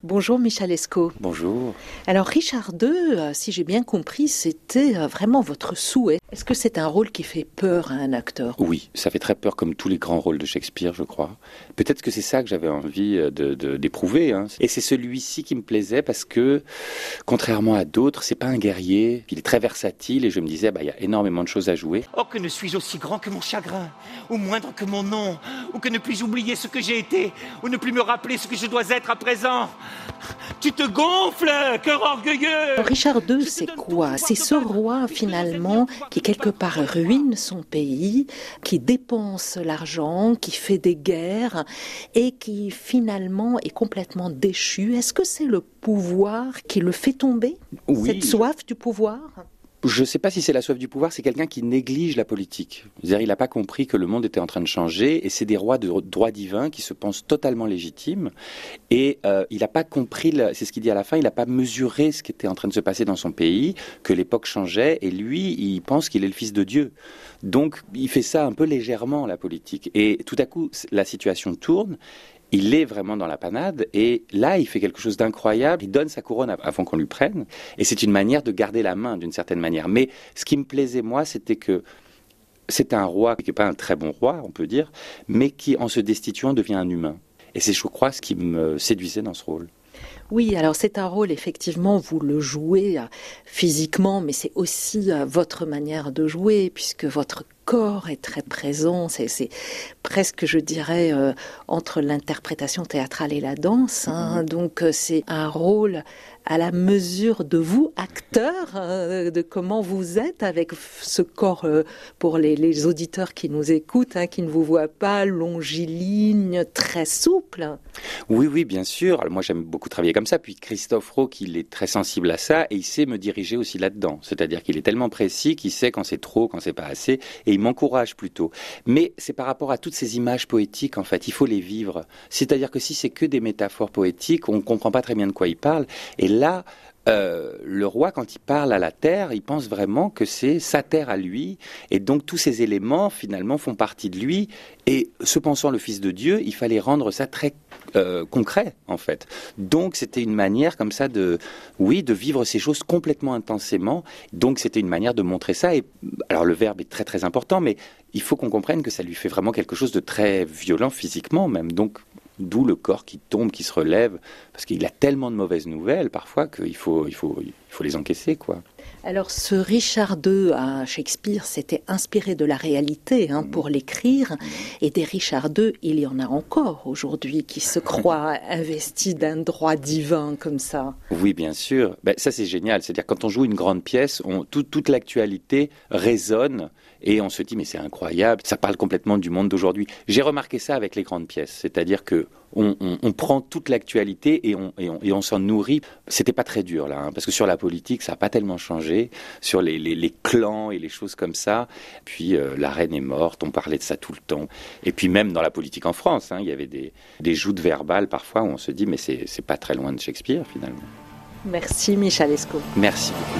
Bonjour Michal Esco. Bonjour. Alors Richard II, si j'ai bien compris, c'était vraiment votre souhait. Est-ce que c'est un rôle qui fait peur à un acteur ? Oui, ça fait très peur comme tous les grands rôles de Shakespeare, je crois. Peut-être que c'est ça que j'avais envie d'éprouver. Et c'est celui-ci qui me plaisait parce que, contrairement à d'autres, c'est pas un guerrier. Il est très versatile et je me disais, il y a énormément de choses à jouer. Oh, que ne suis-je aussi grand que mon chagrin, ou moindre que mon nom, ou que ne puis-je oublier ce que j'ai été, ou ne plus me rappeler ce que je dois être à présent. Tu te gonfles, cœur orgueilleux. Richard II, c'est quoi ? C'est ce roi, finalement, qui quelque part ruine son pays, qui dépense l'argent, qui fait des guerres, et qui finalement est complètement déchu. Est-ce que c'est le pouvoir qui le fait tomber ? Oui. Cette soif du pouvoir ? Je ne sais pas si c'est la soif du pouvoir, c'est quelqu'un qui néglige la politique. C'est-à-dire, il n'a pas compris que le monde était en train de changer, et c'est des rois de droit divin qui se pensent totalement légitimes. Et il n'a pas compris, c'est ce qu'il dit à la fin, il n'a pas mesuré ce qui était en train de se passer dans son pays, que l'époque changeait, et lui, il pense qu'il est le fils de Dieu. Donc, il fait ça un peu légèrement, la politique. Et tout à coup, la situation tourne. Il est vraiment dans la panade et là, il fait quelque chose d'incroyable. Il donne sa couronne avant qu'on lui prenne et c'est une manière de garder la main d'une certaine manière. Mais ce qui me plaisait, moi, c'était que c'est un roi qui n'est pas un très bon roi, on peut dire, mais qui, en se destituant, devient un humain. Et c'est, je crois, ce qui me séduisait dans ce rôle. Oui, alors c'est un rôle, effectivement, vous le jouez physiquement, mais c'est aussi votre manière de jouer, puisque votre corps est très présent, c'est presque, je dirais, entre l'interprétation théâtrale et la danse, donc c'est un rôle à la mesure de vous, acteur, de comment vous êtes avec ce corps, pour les auditeurs qui nous écoutent, qui ne vous voient pas, longiligne, très souple. Oui, bien sûr. Alors, moi, j'aime beaucoup travailler comme ça. Puis Christophe Roque, il est très sensible à ça et il sait me diriger aussi là-dedans. C'est-à-dire qu'il est tellement précis qu'il sait quand c'est trop, quand c'est pas assez, et il m'encourage plutôt. Mais c'est par rapport à toutes ces images poétiques, en fait. Il faut les vivre. C'est-à-dire que si c'est que des métaphores poétiques, on comprend pas très bien de quoi il parle. Et là, le roi, quand il parle à la terre, il pense vraiment que c'est sa terre à lui. Et donc, tous ces éléments, finalement, font partie de lui. Et se pensant le fils de Dieu, il fallait rendre ça très concret, en fait. Donc, c'était une manière comme ça de vivre ces choses complètement intensément. Donc, c'était une manière de montrer ça. Et alors, le verbe est très, très important, mais il faut qu'on comprenne que ça lui fait vraiment quelque chose de très violent physiquement même. Donc, d'où le corps qui tombe, qui se relève, parce qu'il a tellement de mauvaises nouvelles parfois qu'il faut les encaisser, quoi. Alors ce Richard II à Shakespeare s'était inspiré de la réalité pour l'écrire, et des Richard II, il y en a encore aujourd'hui qui se croient investis d'un droit divin comme ça. Oui, bien sûr. Ça c'est génial, c'est-à-dire quand on joue une grande pièce, toute l'actualité résonne et on se dit mais c'est incroyable, ça parle complètement du monde d'aujourd'hui. J'ai remarqué ça avec les grandes pièces, c'est-à-dire que on prend toute l'actualité et on s'en nourrit. C'était pas très dur là, parce que sur la politique ça n'a pas tellement changé, sur les clans et les choses comme ça. Puis la reine est morte, on parlait de ça tout le temps. Et puis même dans la politique en France, il y avait des joutes verbales parfois où on se dit mais c'est pas très loin de Shakespeare finalement. Merci Michal Esco. Merci beaucoup.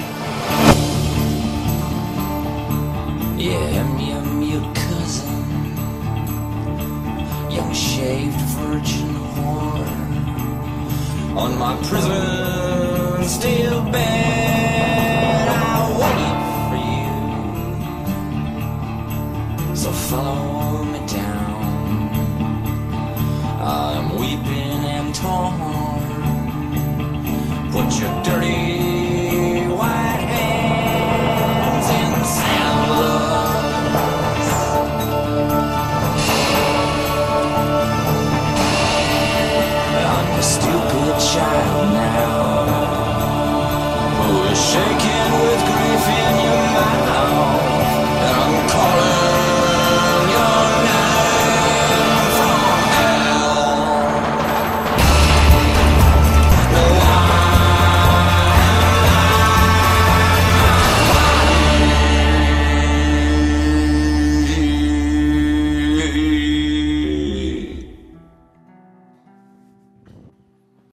Yeah, I'm your cousin, young shaved virgin whore, on my prison steel bed I wait for you, so follow me down. I'm weeping and torn, put your dirty